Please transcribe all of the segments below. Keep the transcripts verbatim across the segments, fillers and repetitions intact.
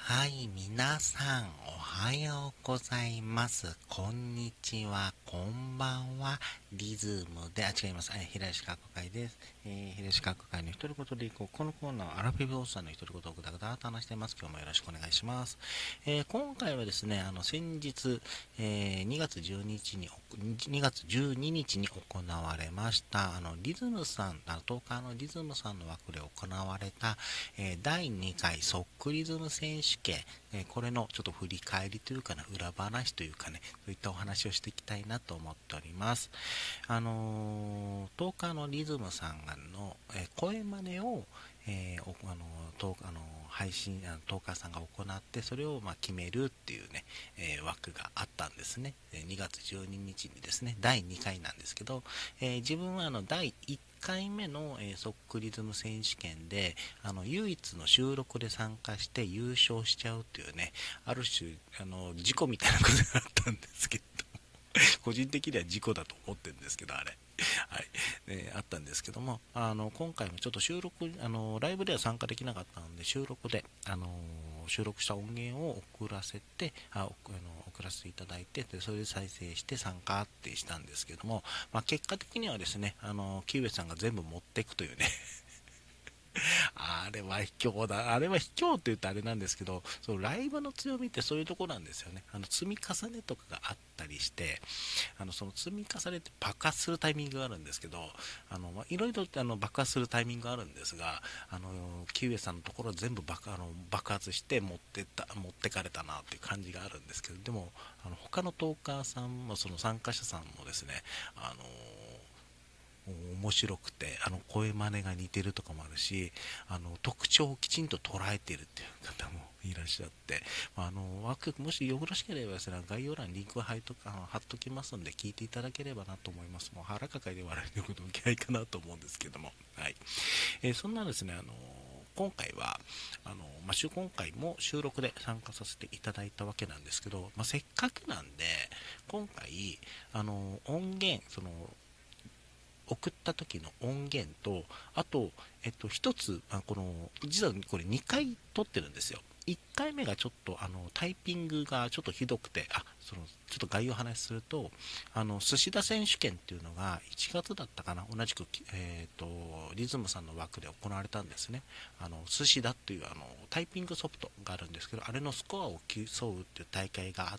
はい、皆さん、おはようございます。こんにちは、こんばんは。リズムで、あ、違います。えー、平石学会です。えー、平石学会の独り言でいこう。このコーナーはアラフィフおっさんの独り言をぐだぐだと話しています。今日もよろしくお願いします。えー、今回はですね、あの、先日、えー、にがつじゅうににちに、にがつじゅうににちに行われました、あの、リズムさん、あの、トーカーのリズムさんの枠で行われた、えー、だいにかいソックリズム選手権、えーこれのちょっと振り返りというかな、裏話というかね、そういったお話をしていきたいなと思っております。あのー、トーカーのリズムさんの、えー声真似を、えーおあのートーあのー配信、あのトーカーさんが行って、それをまあ決めるっていうね、えー枠があったんですね。えーにがつじゅうににちにですね、だいにかいなんですけど、えー自分はあのだいいっかいめの、えーソックリズム選手権で、あの唯一の収録で参加して優勝しちゃうっていうね、ある種あの事故みたいなことがあったんですけど、個人的には事故だと思ってるんですけど、あれ、はい、ね、あったんですけども、あの今回もちょっと収録、あのライブでは参加できなかったので、収録で、あの収録した音源を送らせて、ああの送らせていただいて、でそれで再生して参加ってしたんですけども、まあ、結果的にはですね、あのキウエさんが全部持っていくというね、あれは卑怯だ。あれは卑怯って言うとあれなんですけど、そのライブの強みってそういうところなんですよね。あの積み重ねとかがあったりして、あのその積み重ねって爆発するタイミングがあるんですけど、あの、まあ、いろいろあの爆発するタイミングがあるんですが、あのキウエさんのところ全部爆あの爆発して持ってった持ってかれたなっていう感じがあるんですけど、でもあの他のトーカーさんもその参加者さんもですね、あの面白くて、あの声真似が似てるとかもあるし、あの特徴をきちんと捉えているっていう方もいらっしゃって、まあ、あの枠もしよろしければですね、概要欄にリンクを貼っとあの貼っときますので、聞いていただければなと思います。もう腹抱えて笑えることも嫌いかなと思うんですけども、はい。えーそんなですね、あの今回はあの、まあ、週今回も収録で参加させていただいたわけなんですけど、まあ、せっかくなんで今回あの音源その送った時の音源と、あと、えっと、一つ、あこの、実はこれにかい撮ってるんですよ。いっかいめがちょっと、あの、タイピングがちょっとひどくて、あ、その、ちょっと概要を話すると、あの、寿司田選手権っていうのがいちがつだったかな、同じく、えっと、リズムさんの枠で行われたんですね。あの、寿司田っていう、あの、タイピングソフトがあるんですけど、あれのスコアを競うっていう大会があって、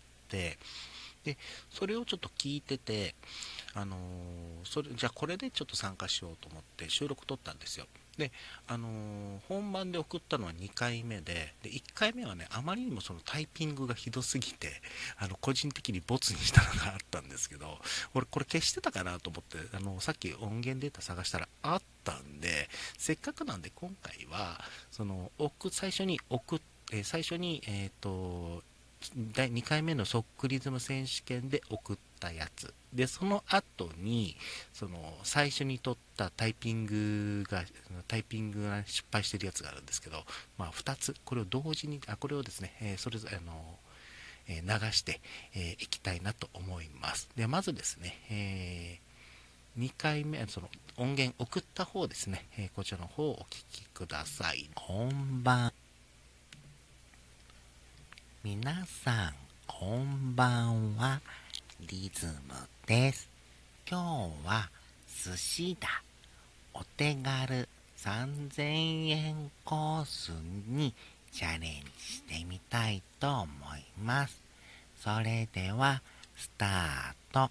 で、それをちょっと聞いてて、あのーそれじゃあこれでちょっと参加しようと思って収録撮ったんですよ。で、あのー本番で送ったのはにかいめで、でいっかいめはね、あまりにもそのタイピングがひどすぎて、あの個人的にボツにしたのがあったんですけど、俺これ消してたかなと思って、あのさっき音源データ探したらあったんで、せっかくなんで今回はその送最初に送っえー最初に、えっ、とにかいめのソックリズム選手権で送ったやつで、その後にその最初に撮ったタイピングがタイピングが失敗してるやつがあるんですけど、まあ、ふたつこれを同時にあこれをですね、えーそれぞれあの、えー流してい、えーいきたいなと思います。でまずですね、えーにかいめその音源送った方ですね、えーこちらの方をお聞きください。こんばん皆さん、こんばんは。リズムです。今日は寿司だ。お手軽さんぜんえんコースにチャレンジしてみたいと思います。それでは、スタート。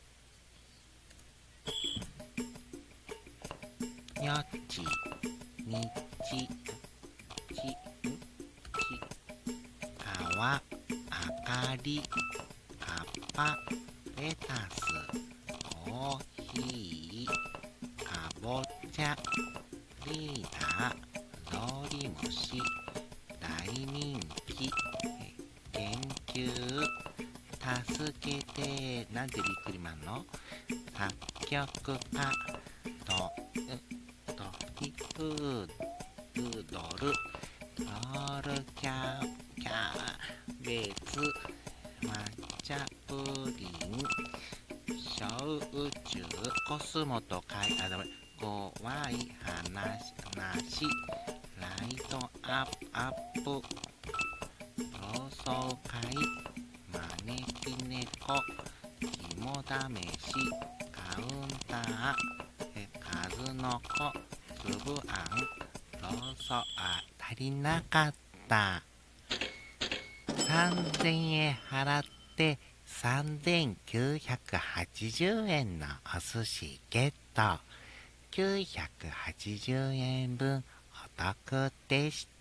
よち、にち、ち、んち、かわ、あかり、かっぱ、レタス、コーヒー、かぼちゃ、リーダー、ゾウリムシ、大人気、研究、助けて、なんでビックリマンの作曲家、と、トキプードル、トールキャキャベツ、抹茶プリン、小宇宙、コスモとかい、あ、ダメ、怖い話、話ライトアップ、アップ想会、招き猫、肝試し、カウンター、え数の子、つぶあん、ローソあ、足りなかった。さんぜんえん払ってさんぜんきゅうひゃくはちじゅうえんのお寿司ゲット。きゅうひゃくはちじゅうえんぶんお得でした。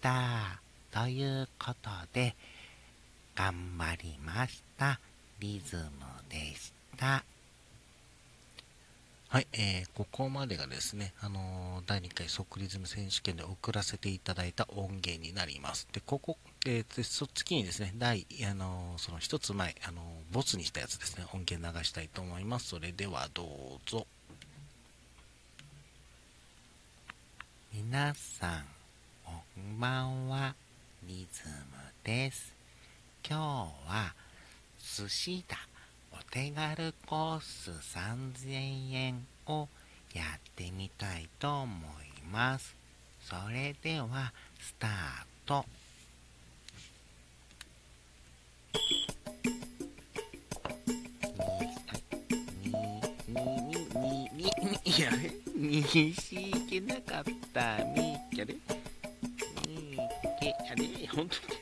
ということで、頑張りました。リズムでした。はい、えー、ここまでがですね、あのー、だいにかいソックリズム選手権で送らせていただいた音源になります。で、ここ、えー、そ次にですね、第、あのー、その一つ前、あのー、ボツにしたやつですね、音源流したいと思います。それではどうぞ。皆さん、こんばんは、リズムです。今日は、寿司だ。お手軽コースさんぜんえんをやってみたいと思います。それではスタート。いや、西行けなかったね。あれ、あれ、本当に。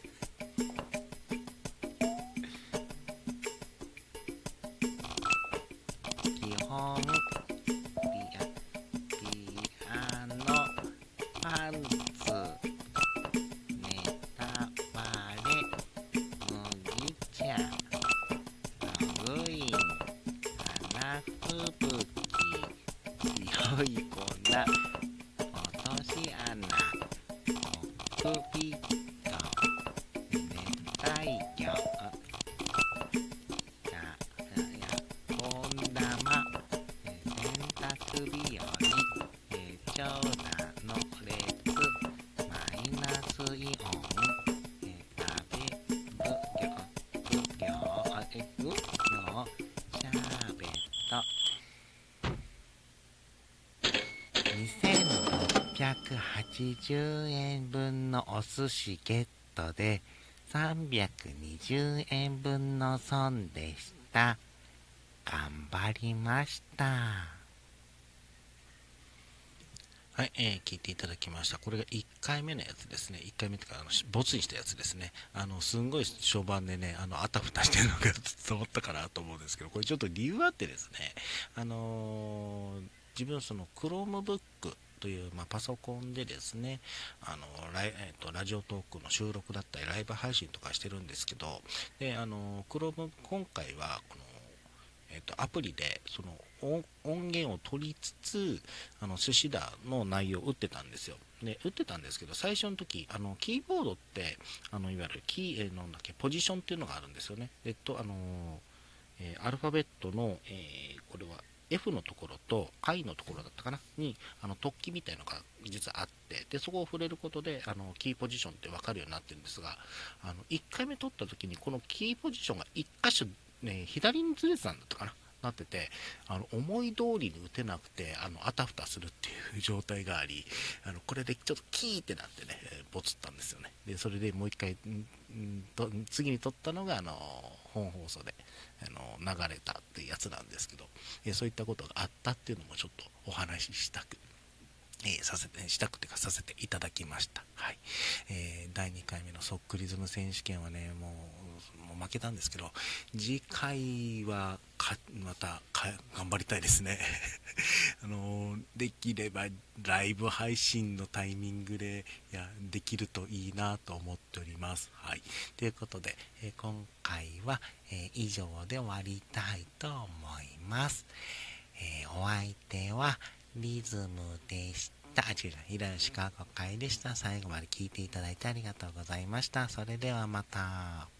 基本ピアピアノパンツネタバレ麦茶ログイン花吹雪強い粉落とし穴コックピット熱帯魚本玉、えー、洗濯日和、えー、長蛇の列、マイナスイオン、えー、食べぶぎょぶぎょえぐのシャーベット。にせんろっぴゃくはちじゅうえんぶんのお寿司ゲットでさんびゃくにじゅうえんぶんの損でした。頑張りました。はい、えー、聞いていただきました。これがいっかいめのやつですね。いっかいめというか、あの、ボツにしたやつですね。あの、すんごい序盤でね、あの、あたふたしてるのが伝わったかなと思うんですけど、これちょっと理由あってですね、あのー、自分その Chromebook という、まあ、パソコンでですね、あのライ、えーと、ラジオトークの収録だったりライブ配信とかしてるんですけど、で、あの Chrome、今回はこのえー、とアプリでその 音, 音源を取りつつあの寿司だの内容を打ってたんですよ。で打ってたんですけど、最初の時あのキーボードってあのいわゆるキー、えー、なんだっけポジションっていうのがあるんですよね。えっとあのーえーアルファベットの、えーこれは F のところと I のところだったかなにあの突起みたいなのが実はあって、でそこを触れることであのキーポジションって分かるようになってるんですが、あのいっかいめ取った時にこのキーポジションがいっ箇所ね、左にずれてたんだったかな、なってて、あの思い通りに打てなくてあのあたふたするっていう状態があり、あのこれでちょっとキーってなってね、ボツったんですよね。でそれでもう一回んんと次に撮ったのがあの本放送であの流れたっていうやつなんですけど、えそういったことがあったっていうのもちょっとお話ししたくえー、させてしたくてかさせていただきました。はい、えー、だいにかいめのソックリズム選手権はね、もう、もう負けたんですけど、次回はかまたか頑張りたいですね。あのー、できればライブ配信のタイミングでやできるといいなと思っております。はい、ということで、えー、今回は、えー、以上で終わりたいと思います。えー、お相手はリズムでした。あ、違う違う。平吉川子会でした。最後まで聞いていただいてありがとうございました。それではまた。